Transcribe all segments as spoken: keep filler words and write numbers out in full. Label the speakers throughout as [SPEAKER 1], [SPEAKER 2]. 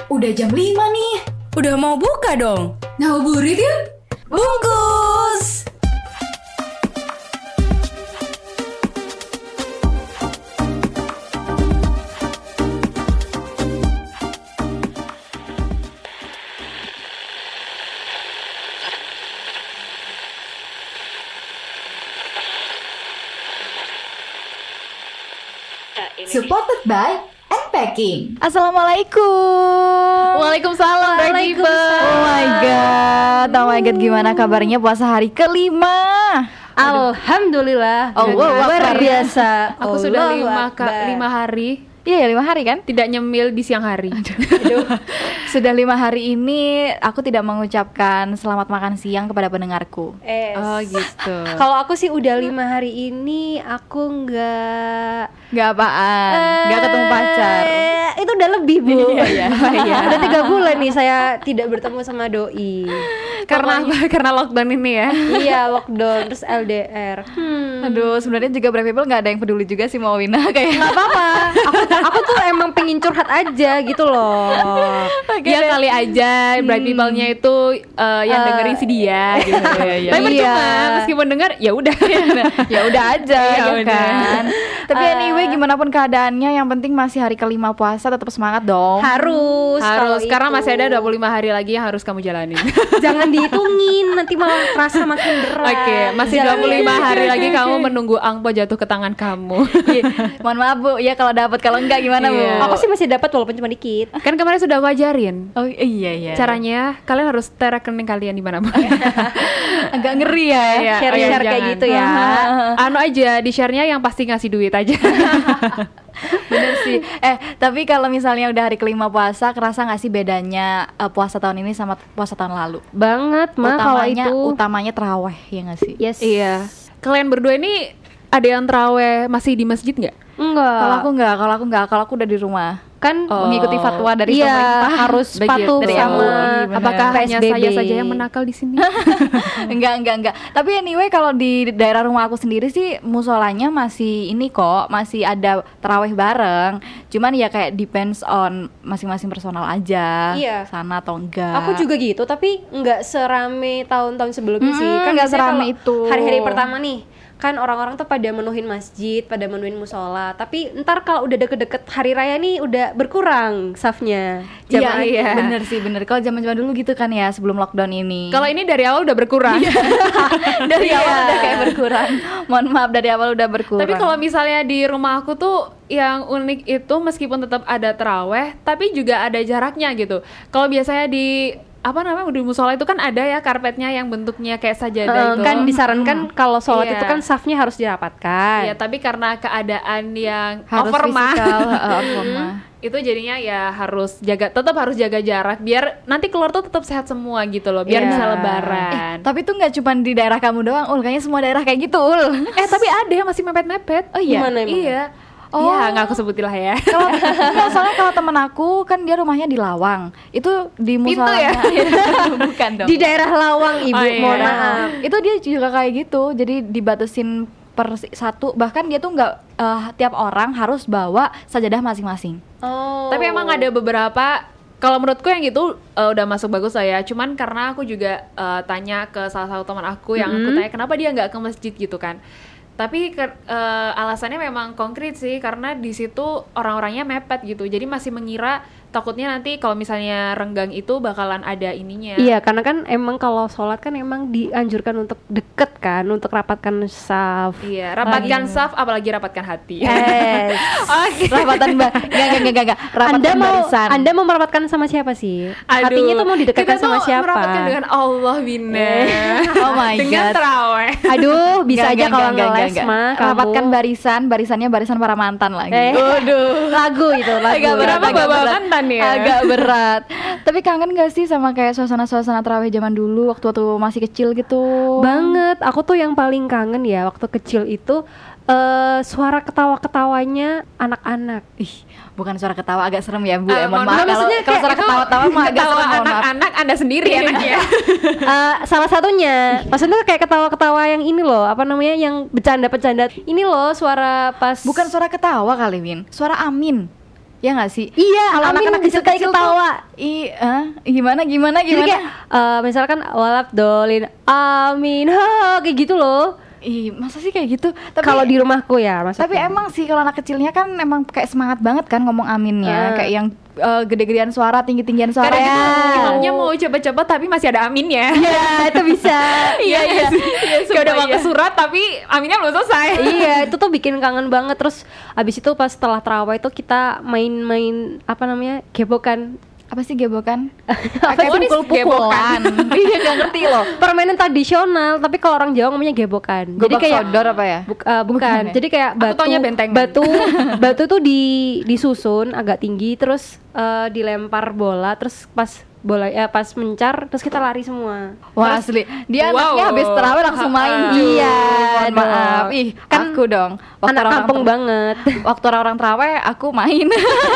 [SPEAKER 1] udah jam lima nih.
[SPEAKER 2] Udah mau buka dong.
[SPEAKER 1] Ngabuburit yuk.
[SPEAKER 2] Bungkus.
[SPEAKER 1] Supported by Unpacking.
[SPEAKER 3] Assalamualaikum.
[SPEAKER 4] Waalaikumsalam.
[SPEAKER 3] Waalaikumsalam. Oh my god, oh my god, gimana kabarnya puasa hari kelima?
[SPEAKER 4] Alhamdulillah.
[SPEAKER 3] Oh, wow,
[SPEAKER 4] luar
[SPEAKER 3] wow,
[SPEAKER 4] biasa.
[SPEAKER 5] Aku sudah
[SPEAKER 4] Allahu
[SPEAKER 5] lima, ka,
[SPEAKER 4] Akbar.
[SPEAKER 5] lima hari
[SPEAKER 3] Iya ya, lima hari kan?
[SPEAKER 5] tidak nyemil di siang hari.
[SPEAKER 3] Aduh. Sudah lima hari ini aku tidak mengucapkan selamat makan siang kepada pendengarku.
[SPEAKER 4] Eh,
[SPEAKER 5] Oh gitu.
[SPEAKER 4] Kalau aku sih udah lima hari ini aku nggak
[SPEAKER 3] Gak apaan, gak ketemu pacar.
[SPEAKER 4] Eh, itu udah lebih bu.
[SPEAKER 3] Iya, iya.
[SPEAKER 4] Udah tiga bulan nih saya tidak bertemu sama doi.
[SPEAKER 5] Karena apa? Karena lockdown ini ya.
[SPEAKER 4] Iya, lockdown terus L D R. Hmm.
[SPEAKER 3] Aduh, sebenarnya juga Brave People gak ada yang peduli juga sih mau Wina kayak.
[SPEAKER 4] Nggak apa-apa. Aku aku tuh emang pengen curhat aja gitu loh.
[SPEAKER 5] Ya kali aja bright people-nya itu uh, yang
[SPEAKER 4] Uh,
[SPEAKER 5] dengerin si dia gitu.
[SPEAKER 3] iya.
[SPEAKER 5] Tapi percuma,
[SPEAKER 4] Iya.
[SPEAKER 5] meskipun dengar ya udah.
[SPEAKER 3] Ya udah aja
[SPEAKER 5] Ya
[SPEAKER 3] ya
[SPEAKER 5] udah.
[SPEAKER 3] kan. Tapi anyway gimana pun keadaannya yang penting masih hari kelima puasa tetap semangat dong.
[SPEAKER 4] Harus. kalau
[SPEAKER 5] Harus, karena
[SPEAKER 4] itu.
[SPEAKER 5] masih ada dua puluh lima hari lagi yang harus kamu jalanin.
[SPEAKER 4] Jangan dihitungin, nanti malah terasa makin berat.
[SPEAKER 5] Oke, masih dua puluh lima hari lagi kamu menunggu angpo jatuh ke tangan kamu.
[SPEAKER 3] Iya. Mohon maaf Bu, ya kalau dapat, kalau enggak gimana Bu?
[SPEAKER 5] Iya.
[SPEAKER 4] Aku sih masih dapat walaupun cuma dikit.
[SPEAKER 5] Kan kemarin sudah aku ajarin.
[SPEAKER 3] Oh iya iya.
[SPEAKER 5] Caranya kalian harus share rekening kalian di mana pun.
[SPEAKER 3] Agak ngeri ya.
[SPEAKER 5] Iya,
[SPEAKER 4] Share-share
[SPEAKER 5] iya,
[SPEAKER 4] kayak
[SPEAKER 5] jangan.
[SPEAKER 4] gitu ya.
[SPEAKER 5] Anu aja di share-nya yang pasti ngasih duit aja.
[SPEAKER 3] Bener sih. Eh tapi kalau misalnya udah hari kelima puasa, kerasa nggak sih bedanya uh, puasa tahun ini sama puasa tahun lalu?
[SPEAKER 4] Banget mah kalau
[SPEAKER 3] Utamanya
[SPEAKER 4] itu.
[SPEAKER 3] utamanya terawih ya nggak sih?
[SPEAKER 4] Yes.
[SPEAKER 5] Iya. Kalian berdua ini ada yang terawih masih di masjid nggak?
[SPEAKER 4] Enggak.
[SPEAKER 3] Kalau aku nggak, kalau aku nggak, kalau aku udah di rumah.
[SPEAKER 4] kan
[SPEAKER 5] Oh.
[SPEAKER 3] Mengikuti fatwa dari
[SPEAKER 4] iya,
[SPEAKER 3] pemerintah
[SPEAKER 4] harus
[SPEAKER 5] Begitu.
[SPEAKER 4] patuh
[SPEAKER 3] Dari
[SPEAKER 4] sama
[SPEAKER 3] M U I, bener.
[SPEAKER 5] Apakah hanya
[SPEAKER 4] P S B B?
[SPEAKER 5] saya saja yang menakal di sini?
[SPEAKER 3] enggak enggak enggak. Tapi anyway kalau di daerah rumah aku sendiri sih musolanya masih ini kok, masih ada tarawih bareng. Cuman ya kayak depends on masing-masing personal aja.
[SPEAKER 4] Iya.
[SPEAKER 3] Sana atau enggak.
[SPEAKER 4] Aku juga gitu, tapi nggak serame tahun-tahun sebelumnya sih.
[SPEAKER 3] Mm,
[SPEAKER 4] Kan
[SPEAKER 3] nggak
[SPEAKER 4] biasanya
[SPEAKER 3] serame
[SPEAKER 4] kalau
[SPEAKER 3] itu.
[SPEAKER 4] Hari-hari pertama nih, kan orang-orang tuh pada menuhin masjid, pada menuhin musola. Tapi ntar kalau udah deket-deket hari raya nih udah berkurang safnya.
[SPEAKER 3] Iya,
[SPEAKER 5] Jamaah,
[SPEAKER 3] iya,
[SPEAKER 5] iya.
[SPEAKER 3] bener sih, bener. Kalau zaman-zaman dulu gitu kan ya, sebelum lockdown ini.
[SPEAKER 5] Kalau ini dari awal udah berkurang.
[SPEAKER 3] dari
[SPEAKER 4] Iya.
[SPEAKER 3] awal udah kayak berkurang. Mohon maaf, dari awal udah berkurang.
[SPEAKER 5] Tapi kalau misalnya di rumah aku tuh yang unik itu meskipun tetap ada terawih, tapi juga ada jaraknya gitu. Kalau biasanya di apa namanya di musola itu kan ada ya karpetnya yang bentuknya kayak sajadah
[SPEAKER 4] Eh,
[SPEAKER 5] itu.
[SPEAKER 4] kan disarankan kalau sholat
[SPEAKER 5] Iya.
[SPEAKER 4] itu kan safnya harus dirapatkan.
[SPEAKER 5] Ya, tapi karena keadaan yang
[SPEAKER 3] harus
[SPEAKER 5] over mah,
[SPEAKER 3] fisikal, uh, over mah.
[SPEAKER 5] itu jadinya ya harus jaga, tetap harus jaga jarak biar nanti keluar tuh tetap sehat semua gitu loh, biar
[SPEAKER 4] Iya.
[SPEAKER 5] bisa lebaran.
[SPEAKER 3] Tapi tuh nggak cuma di daerah kamu doang, Ul. Kayaknya semua daerah kayak gitu, Ul.
[SPEAKER 5] Eh, tapi ada yang masih mepet-mepet.
[SPEAKER 3] Oh iya?
[SPEAKER 4] Gimana emang?
[SPEAKER 5] Iya.
[SPEAKER 3] Oh.
[SPEAKER 5] Ya, nggak aku sebutin lah ya.
[SPEAKER 3] Kalau nggak, soalnya kalau temen aku kan dia rumahnya di Lawang, itu di
[SPEAKER 5] Pintu
[SPEAKER 3] musolanya bukan dong.
[SPEAKER 4] Di daerah Lawang, Ibu,
[SPEAKER 5] Oh, iya.
[SPEAKER 4] mohon maaf.
[SPEAKER 3] Itu dia juga kayak gitu, jadi dibatasin per si- satu, bahkan dia tuh nggak eh, tiap orang harus bawa sajadah masing-masing.
[SPEAKER 4] Oh.
[SPEAKER 5] Tapi emang ada beberapa, kalau menurutku yang gitu uh, udah masuk bagus lah ya. Cuman karena aku juga uh, tanya ke salah satu teman aku yang aku tanya kenapa dia nggak ke masjid gitu kan. Tapi ke, uh, alasannya memang konkret sih, karena di situ orang-orangnya mepet gitu. Jadi masih mengira takutnya nanti kalau misalnya renggang itu bakalan ada ininya.
[SPEAKER 4] Iya, karena kan emang kalau sholat kan emang dianjurkan untuk deket kan, untuk rapatkan saf.
[SPEAKER 5] Iya, rapatkan saf apalagi rapatkan hati.
[SPEAKER 4] Yes.
[SPEAKER 5] Oke.
[SPEAKER 3] Rapatan ba- nggak nggak nggak nggak rapatan
[SPEAKER 4] Anda mau
[SPEAKER 3] barisan.
[SPEAKER 4] Anda mau merapatkan sama siapa sih?
[SPEAKER 5] Aduh,
[SPEAKER 4] Hatinya tuh mau didekatkan
[SPEAKER 5] kita
[SPEAKER 4] sama
[SPEAKER 5] tuh
[SPEAKER 4] siapa?
[SPEAKER 5] merapatkan dengan Allah, Bina.
[SPEAKER 3] Oh my
[SPEAKER 5] Dengan
[SPEAKER 3] God.
[SPEAKER 5] terawih.
[SPEAKER 4] Aduh, bisa
[SPEAKER 3] Nggak,
[SPEAKER 4] aja
[SPEAKER 3] nggak,
[SPEAKER 4] kalau
[SPEAKER 3] nggak, nggak,
[SPEAKER 4] ngeles
[SPEAKER 3] nggak.
[SPEAKER 4] mah kamu.
[SPEAKER 3] Rapatkan barisan, barisannya barisan para mantan lagi.
[SPEAKER 4] Eh.
[SPEAKER 3] Waduh.
[SPEAKER 4] lagu itu, lagu.
[SPEAKER 3] Agak berat,
[SPEAKER 5] Kenapa
[SPEAKER 3] agak
[SPEAKER 5] bawa
[SPEAKER 3] berat.
[SPEAKER 5] mantan ya?
[SPEAKER 3] Agak berat. Tapi kangen gak sih sama kayak suasana-suasana terawih zaman dulu waktu waktu masih kecil gitu?
[SPEAKER 4] Banget. Aku tuh yang paling kangen ya waktu kecil itu eh suara ketawa-ketawanya anak-anak.
[SPEAKER 3] Ih, bukan suara ketawa, agak serem ya Bu.
[SPEAKER 5] Eh,
[SPEAKER 3] Eh, mohon
[SPEAKER 5] mohon
[SPEAKER 3] maaf
[SPEAKER 4] maaf,
[SPEAKER 3] kalau
[SPEAKER 4] maksudnya
[SPEAKER 3] kalau
[SPEAKER 4] kayak
[SPEAKER 3] suara
[SPEAKER 4] itu
[SPEAKER 3] ketawa-tawa mah agak
[SPEAKER 5] Ketawa
[SPEAKER 3] serem, mohon maaf.
[SPEAKER 5] anak-anak Anda sendiri anaknya.
[SPEAKER 4] Eh, salah satunya, maksudnya kayak ketawa-ketawa yang ini loh, apa namanya, yang bercanda-bercanda. Ini loh suara pas.
[SPEAKER 3] Bukan suara ketawa kali, Win. Suara amin. Ya nggak sih?
[SPEAKER 4] Iya,
[SPEAKER 3] Kalau
[SPEAKER 4] amin
[SPEAKER 3] anak-anak
[SPEAKER 4] disertai
[SPEAKER 3] kecil-kecil tuh,
[SPEAKER 4] ketawa.
[SPEAKER 3] Ih, eh, gimana gimana
[SPEAKER 4] Jadi
[SPEAKER 3] gimana?
[SPEAKER 4] kayak eh, misalkan walap dolin amin ho kayak gitu loh.
[SPEAKER 3] Ih, masa sih kayak gitu? Tapi
[SPEAKER 4] Kalau di rumahku ya, maksudnya.
[SPEAKER 3] tapi emang sih kalau anak kecilnya kan emang kayak semangat banget kan ngomong aminnya,
[SPEAKER 4] Eh.
[SPEAKER 3] kayak yang eh, gede-gedean suara, tinggi-tinggian suara.
[SPEAKER 5] Kadang
[SPEAKER 4] Ya.
[SPEAKER 5] gitu, imamnya mau cepet-cepet tapi masih ada aminnya.
[SPEAKER 4] Iya, itu bisa.
[SPEAKER 5] Iya iya. Kayak udah mau
[SPEAKER 3] iya.
[SPEAKER 5] ke surat tapi aminnya belum selesai.
[SPEAKER 4] Iya, itu tuh bikin kangen banget. Terus abis itu pas setelah terawih itu kita main-main apa namanya, gebokan.
[SPEAKER 3] Apa sih gebokan?
[SPEAKER 4] Apa
[SPEAKER 3] Kayak
[SPEAKER 4] sih?
[SPEAKER 3] pukul-pukulan. Iya, nggak ngerti loh.
[SPEAKER 4] Permainan tradisional, tapi kalau orang Jawa ngomongnya gebokan.
[SPEAKER 3] Gobak sodor apa ya?
[SPEAKER 4] Buk- eh, bukan.
[SPEAKER 3] Bukan ya?
[SPEAKER 4] Jadi kayak
[SPEAKER 5] Aku
[SPEAKER 4] batu
[SPEAKER 5] taunya bentengan.
[SPEAKER 4] batu batu tuh di disusun agak tinggi terus eh, dilempar bola terus pas bola ya pas mencar terus kita lari semua.
[SPEAKER 3] Wah asli, dia
[SPEAKER 5] Wow.
[SPEAKER 3] anaknya habis terawih langsung main.
[SPEAKER 5] Ha-ha.
[SPEAKER 3] cuy.
[SPEAKER 4] Iya,
[SPEAKER 3] Mohon maaf.
[SPEAKER 4] dong.
[SPEAKER 3] Ih,
[SPEAKER 4] Kan
[SPEAKER 3] aku dong. Waktu
[SPEAKER 4] Anak
[SPEAKER 3] orang-orang
[SPEAKER 4] kampung
[SPEAKER 3] ter-
[SPEAKER 4] banget.
[SPEAKER 3] Waktu orang-orang terawih aku main.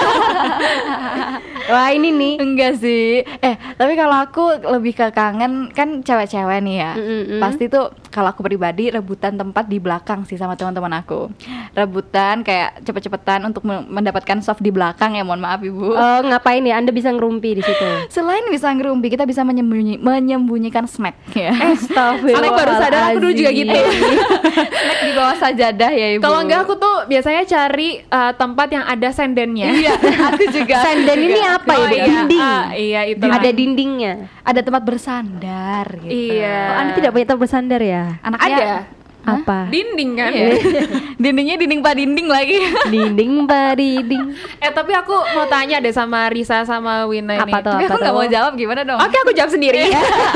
[SPEAKER 4] Wah, ini nih.
[SPEAKER 3] Enggak sih. Eh, tapi kalau aku lebih ke kangen kan cewek-cewek nih ya.
[SPEAKER 4] Mm-mm.
[SPEAKER 3] Pasti tuh kalau aku pribadi rebutan tempat di belakang sih sama teman-teman aku. Rebutan kayak cepet-cepetan untuk me- mendapatkan soft di belakang ya, mohon maaf Ibu.
[SPEAKER 4] Oh, ngapain ya? Anda bisa ngerumpi di situ.
[SPEAKER 3] Selain bisa ngerumpi, kita bisa menyembunyi, menyembunyikan snack ya.
[SPEAKER 4] Astagfirullah.
[SPEAKER 5] Aku baru sadar aku dulu juga gitu.
[SPEAKER 3] Snack di bawah sajadah ya Ibu.
[SPEAKER 5] Kalau enggak aku tuh biasanya cari uh, tempat yang ada sendennya.
[SPEAKER 3] Iya, aku juga.
[SPEAKER 4] Senden ini apa ya?
[SPEAKER 5] Oh, iya.
[SPEAKER 4] Dinding.
[SPEAKER 5] Ah, iya itu.
[SPEAKER 4] Ada dindingnya.
[SPEAKER 3] Ada tempat bersandar gitu.
[SPEAKER 5] Iya.
[SPEAKER 4] Oh, Anda tidak punya tempat bersandar ya?
[SPEAKER 3] Anaknya
[SPEAKER 5] Ada.
[SPEAKER 4] Apa?
[SPEAKER 5] Dinding kan?
[SPEAKER 3] Iya. Dindingnya dinding pak dinding lagi.
[SPEAKER 4] Dinding pak dinding.
[SPEAKER 5] Eh tapi aku mau tanya deh sama Risa sama Wina ini.
[SPEAKER 4] Apa tuh?
[SPEAKER 3] Tapi aku
[SPEAKER 4] Apa
[SPEAKER 3] nggak
[SPEAKER 4] tuh?
[SPEAKER 3] mau jawab gimana dong?
[SPEAKER 5] Oke aku jawab sendiri.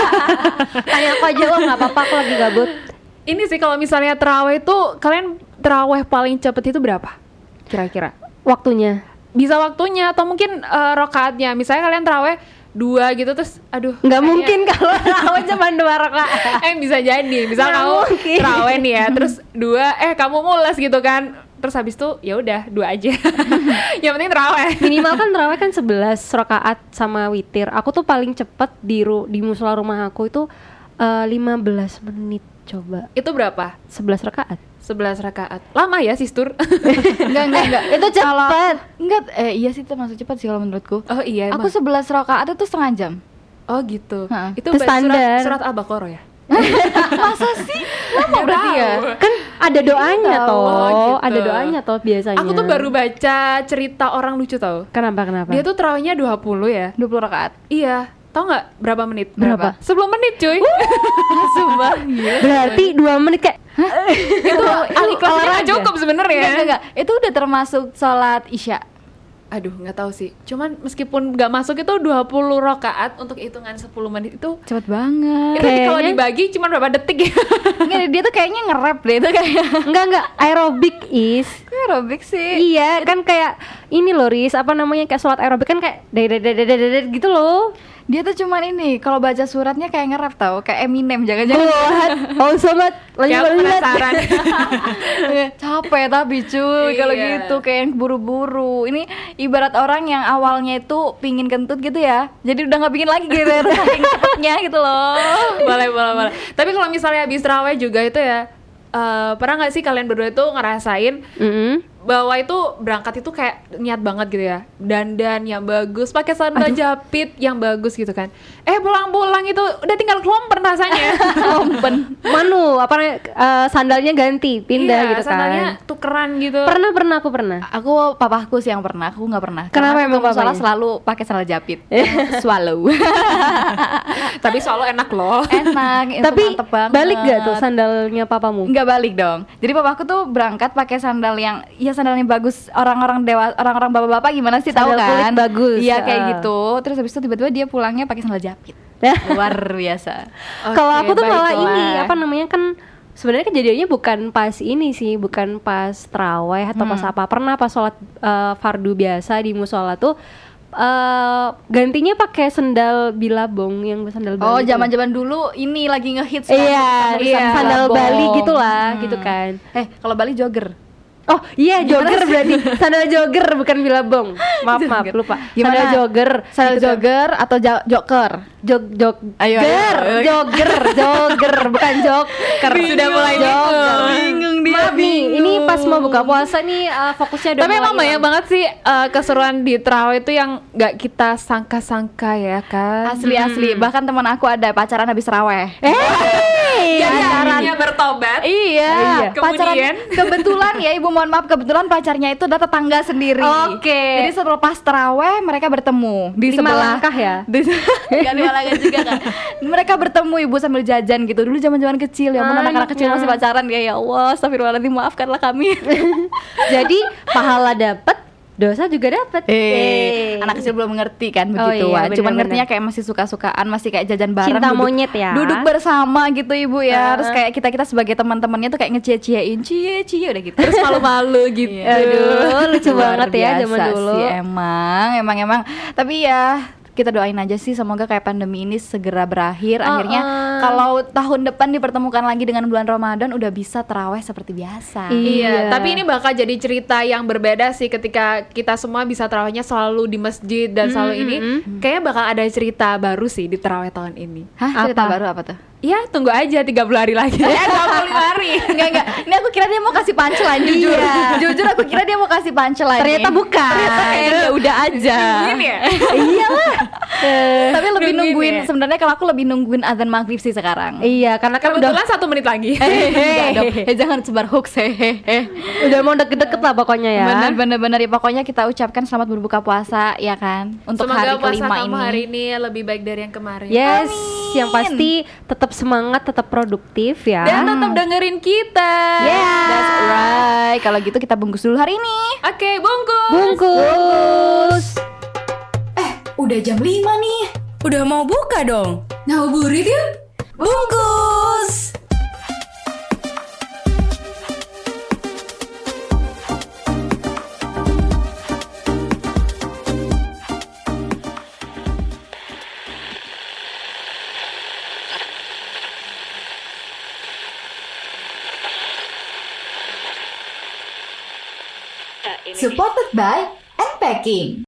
[SPEAKER 4] Tanya aku aja, oh nggak apa-apa, aku lagi gabut.
[SPEAKER 5] Ini sih kalau misalnya terawih itu kalian terawih paling cepet itu berapa? Kira-kira?
[SPEAKER 4] Waktunya.
[SPEAKER 5] Bisa waktunya atau mungkin eh, rokaatnya. Misalnya kalian terawih dua gitu terus aduh
[SPEAKER 4] Nggak
[SPEAKER 5] kayaknya-
[SPEAKER 4] mungkin kalau aku cuma dua rakaat.
[SPEAKER 5] eh bisa jadi misal
[SPEAKER 4] Nggak
[SPEAKER 5] kamu
[SPEAKER 4] mungkin.
[SPEAKER 5] terawih nih ya terus dua eh kamu mules gitu kan terus habis itu ya udah dua aja yang penting terawih.
[SPEAKER 4] Minimal kan terawih kan sebelas rakaat sama witir. Aku tuh paling cepet di ru- di musola rumah aku itu eh, lima belas menit coba.
[SPEAKER 5] Itu berapa?
[SPEAKER 4] sebelas rakaat.
[SPEAKER 5] sebelas rakaat. Lama ya, Sistur?
[SPEAKER 3] Enggak enggak enggak.
[SPEAKER 4] Itu cepet.
[SPEAKER 3] Enggak, eh iya sih termasuk cepat sih kalau menurutku.
[SPEAKER 5] Oh iya.
[SPEAKER 3] Aku
[SPEAKER 5] emang.
[SPEAKER 3] sebelas rakaat itu setengah jam.
[SPEAKER 5] Oh gitu.
[SPEAKER 3] Ha.
[SPEAKER 5] Itu
[SPEAKER 4] Itu
[SPEAKER 5] ba-
[SPEAKER 4] standar.
[SPEAKER 5] surat, surat Al-Baqarah ya?
[SPEAKER 3] Masa sih? Lama berarti ya?
[SPEAKER 4] Kan ada doanya
[SPEAKER 3] tahu.
[SPEAKER 4] toh.
[SPEAKER 5] Oh, gitu.
[SPEAKER 4] Ada doanya toh biasanya.
[SPEAKER 5] Aku tuh baru baca cerita orang lucu tau.
[SPEAKER 4] Kenapa kenapa?
[SPEAKER 5] Dia tuh terawihnya dua puluh ya.
[SPEAKER 3] dua puluh rakaat.
[SPEAKER 5] Iya. Tahu nggak berapa menit?
[SPEAKER 4] Berapa?
[SPEAKER 5] sepuluh menit cuy.
[SPEAKER 3] Sumpah.
[SPEAKER 4] Berarti dua menit kayak
[SPEAKER 5] Itu ahli kelasnya nggak cukup sebenarnya.
[SPEAKER 3] Enggak, enggak, enggak. Itu udah termasuk sholat Isya.
[SPEAKER 5] Aduh nggak tahu sih. Cuman meskipun nggak masuk itu dua puluh rakaat untuk hitungan sepuluh menit itu
[SPEAKER 3] Cepet banget.
[SPEAKER 5] itu kalau
[SPEAKER 4] Kayaknya-
[SPEAKER 5] dibagi cuma berapa detik ya?
[SPEAKER 3] Enggak, dia tuh kayaknya nge-rap deh itu kayak.
[SPEAKER 4] enggak enggak aerobik is.
[SPEAKER 3] Kayak aerobik sih.
[SPEAKER 4] Iya, kan kayak ini loh Riz, apa namanya kayak sholat aerobik kan kayak dadadadadadadad gitu loh.
[SPEAKER 3] Dia tuh cuman ini kalau baca suratnya kayak nge-rap tau, kayak Eminem jangan-jangan.
[SPEAKER 4] What? Oh sobat, lanjut
[SPEAKER 5] Kayak
[SPEAKER 4] lanjut.
[SPEAKER 5] penasaran.
[SPEAKER 3] Capek tapi cuy kalau
[SPEAKER 5] Iya.
[SPEAKER 3] gitu kayak yang buru-buru. Ini ibarat orang yang awalnya itu pingin kentut gitu ya, jadi udah nggak pingin lagi gitu saking cepetnya gitu loh.
[SPEAKER 5] boleh boleh boleh. Tapi kalau misalnya habis terawih juga itu ya eh, pernah nggak sih kalian berdua itu ngerasain
[SPEAKER 4] Mm-mm.
[SPEAKER 5] bahwa itu berangkat itu kayak niat banget gitu ya, dandan yang bagus, pakai sandal jepit yang bagus gitu kan. Eh pulang-pulang itu udah tinggal kelompen rasanya.
[SPEAKER 3] Kelompen.
[SPEAKER 4] Manu, apa namanya, eh, sandalnya ganti, pindah
[SPEAKER 5] Iya,
[SPEAKER 4] gitu
[SPEAKER 5] sandalnya
[SPEAKER 4] kan.
[SPEAKER 5] tukeran gitu.
[SPEAKER 4] Pernah pernah aku pernah.
[SPEAKER 3] Aku papaku sih yang pernah, aku nggak pernah.
[SPEAKER 4] Kenapa
[SPEAKER 3] Karena
[SPEAKER 4] emang
[SPEAKER 3] aku ke musola
[SPEAKER 4] papanya?
[SPEAKER 3] selalu pakai sandal japit. Swallow.
[SPEAKER 5] Tapi selalu enak loh.
[SPEAKER 3] Enak, itu
[SPEAKER 4] Tapi
[SPEAKER 3] mantep banget.
[SPEAKER 4] balik gak tuh sandalnya papamu?
[SPEAKER 3] Nggak balik dong. Jadi papaku tuh berangkat pakai sandal yang ya sandalnya bagus. Orang-orang dewa, orang-orang bapak-bapak gimana sih tahu
[SPEAKER 4] Sandal
[SPEAKER 3] kan?
[SPEAKER 4] kulit bagus.
[SPEAKER 3] Iya kayak
[SPEAKER 4] Ah.
[SPEAKER 3] gitu. Terus habis itu tiba-tiba dia pulangnya pakai sandal japit. Luar biasa.
[SPEAKER 4] Kalau
[SPEAKER 5] Oke,
[SPEAKER 4] aku tuh malah
[SPEAKER 5] baiklah.
[SPEAKER 4] ini apa namanya kan sebenarnya kejadiannya bukan pas ini sih, bukan pas terawih atau pas apa. Pernah pas sholat eh, fardu biasa di musola tuh eh gantinya pakai sendal bilabong yang sandal Bali.
[SPEAKER 3] Oh,
[SPEAKER 4] tuh.
[SPEAKER 3] zaman-zaman dulu ini lagi ngehits kan,
[SPEAKER 4] Iya,
[SPEAKER 3] tulisan
[SPEAKER 4] iya. Sandal
[SPEAKER 3] Bilabong.
[SPEAKER 4] Bali gitulah,
[SPEAKER 3] Hmm.
[SPEAKER 4] gitu kan.
[SPEAKER 3] Eh, kalau Bali jogger.
[SPEAKER 4] Oh iya, jogger berarti sandal jogger bukan bilabong. Maaf maaf
[SPEAKER 3] Jogger.
[SPEAKER 4] lupa.
[SPEAKER 3] Gimana?
[SPEAKER 4] Sandal jogger.
[SPEAKER 3] Sandal
[SPEAKER 4] gitu kan.
[SPEAKER 3] jogger atau jo- joker?
[SPEAKER 4] Jog jog.
[SPEAKER 3] Ayo, ayo,
[SPEAKER 4] Ger,
[SPEAKER 3] ayo.
[SPEAKER 4] jogger, jogger bukan joker.
[SPEAKER 5] Sudah mulai
[SPEAKER 4] jogger.
[SPEAKER 3] Bingung dia.
[SPEAKER 4] maaf nih, ini pas mau buka puasa nih uh, fokusnya udah
[SPEAKER 5] Tapi
[SPEAKER 4] mulai
[SPEAKER 5] emang banyak
[SPEAKER 4] hilang.
[SPEAKER 5] banget sih uh, keseruan di terawih itu yang nggak kita sangka-sangka ya kan.
[SPEAKER 3] Asli asli. Bahkan teman aku ada pacaran habis raweh.
[SPEAKER 4] Eh,
[SPEAKER 5] Jadi
[SPEAKER 4] pacaran.
[SPEAKER 5] akhirnya bertobat.
[SPEAKER 3] Iya,
[SPEAKER 5] Iya.
[SPEAKER 3] pacaran
[SPEAKER 5] Kemudian?
[SPEAKER 3] kebetulan ya ibu mohon maaf kebetulan pacarnya itu adalah tetangga sendiri.
[SPEAKER 4] Oke.
[SPEAKER 3] Jadi setelah pas teraweh mereka bertemu di
[SPEAKER 4] Lima
[SPEAKER 3] sebelah
[SPEAKER 4] langkah ya?
[SPEAKER 3] Di Gak lima langkah juga kan. Mereka bertemu ibu sambil jajan gitu. Dulu zaman-zaman kecil ya, ampun, anak-anak kecil
[SPEAKER 4] Anaknya.
[SPEAKER 3] masih pacaran ya. Ya Allah, astagfirullahaladzim, maafkanlah kami.
[SPEAKER 4] Jadi pahala dapat, dosa juga dapat.
[SPEAKER 3] Eh, anak kecil belum mengerti kan
[SPEAKER 4] Oh
[SPEAKER 3] begitu.
[SPEAKER 4] iya,
[SPEAKER 3] Cuman
[SPEAKER 4] benar-benar.
[SPEAKER 3] ngertinya kayak masih suka-sukaan, masih kayak jajan bareng,
[SPEAKER 4] Cinta
[SPEAKER 3] duduk,
[SPEAKER 4] monyet ya.
[SPEAKER 3] duduk bersama gitu ibu ya.
[SPEAKER 4] Uh.
[SPEAKER 3] Terus kayak kita kita sebagai teman-temannya tuh kayak ngecie-ciein, cie cie udah gitu.
[SPEAKER 5] Terus malu-malu gitu.
[SPEAKER 4] Aduh, lucu
[SPEAKER 3] Luar
[SPEAKER 4] banget ya zaman
[SPEAKER 3] biasa
[SPEAKER 4] dulu.
[SPEAKER 3] sih, emang, emang, emang. Tapi ya kita doain aja sih semoga kayak pandemi ini segera berakhir.
[SPEAKER 4] Oh,
[SPEAKER 3] Akhirnya
[SPEAKER 4] oh.
[SPEAKER 3] kalau tahun depan dipertemukan lagi dengan bulan Ramadan udah bisa terawih seperti biasa.
[SPEAKER 4] Iya.
[SPEAKER 5] Iya, tapi ini bakal jadi cerita yang berbeda sih ketika kita semua bisa terawihnya selalu di masjid dan selalu ini. Kayaknya bakal ada cerita baru sih di terawih tahun ini.
[SPEAKER 3] Hah, cerita
[SPEAKER 4] Apa?
[SPEAKER 3] baru apa tuh?
[SPEAKER 5] Iya, tunggu aja tiga puluh hari lagi. Eh, dua puluh lima hari.
[SPEAKER 3] Enggak, enggak. Ini aku kira dia mau kasih punchline, jujur. Jujur aku kira dia mau kasih punchline.
[SPEAKER 4] Ternyata
[SPEAKER 3] nih.
[SPEAKER 4] bukan.
[SPEAKER 3] Ternyata kayak ya udah aja.
[SPEAKER 5] Ini ya.
[SPEAKER 4] Iyalah. Eh,
[SPEAKER 3] Tapi lebih
[SPEAKER 5] Nungguin
[SPEAKER 3] nungguin,
[SPEAKER 5] ya?
[SPEAKER 3] sebenarnya kalau aku lebih nungguin azan maghrib sih sekarang.
[SPEAKER 4] Iya, karena kan udah
[SPEAKER 5] Kebetulan satu menit lagi.
[SPEAKER 3] Enggak dong. Eh, jangan sebar hoax hehehe.
[SPEAKER 4] udah mau deket-deket lah pokoknya ya.
[SPEAKER 3] Bener bener bener ya, pokoknya kita ucapkan selamat berbuka puasa ya kan untuk
[SPEAKER 5] Semoga
[SPEAKER 3] hari
[SPEAKER 5] puasa
[SPEAKER 3] kelima
[SPEAKER 5] kamu
[SPEAKER 3] ini.
[SPEAKER 5] hari ini lebih baik dari yang kemarin.
[SPEAKER 4] Yes,
[SPEAKER 3] Amin.
[SPEAKER 4] yang pasti tetap semangat, tetap produktif ya.
[SPEAKER 5] Dan tetap dengerin kita.
[SPEAKER 4] Yeah.
[SPEAKER 3] That's right. Kalau gitu kita bungkus dulu hari ini.
[SPEAKER 5] Oke, bungkus.
[SPEAKER 4] Bungkus.
[SPEAKER 1] Eh, udah jam lima nih.
[SPEAKER 2] Udah mau buka dong.
[SPEAKER 1] Ngabuburit yuk.
[SPEAKER 2] Bungkus.
[SPEAKER 1] Supported by Unpacking.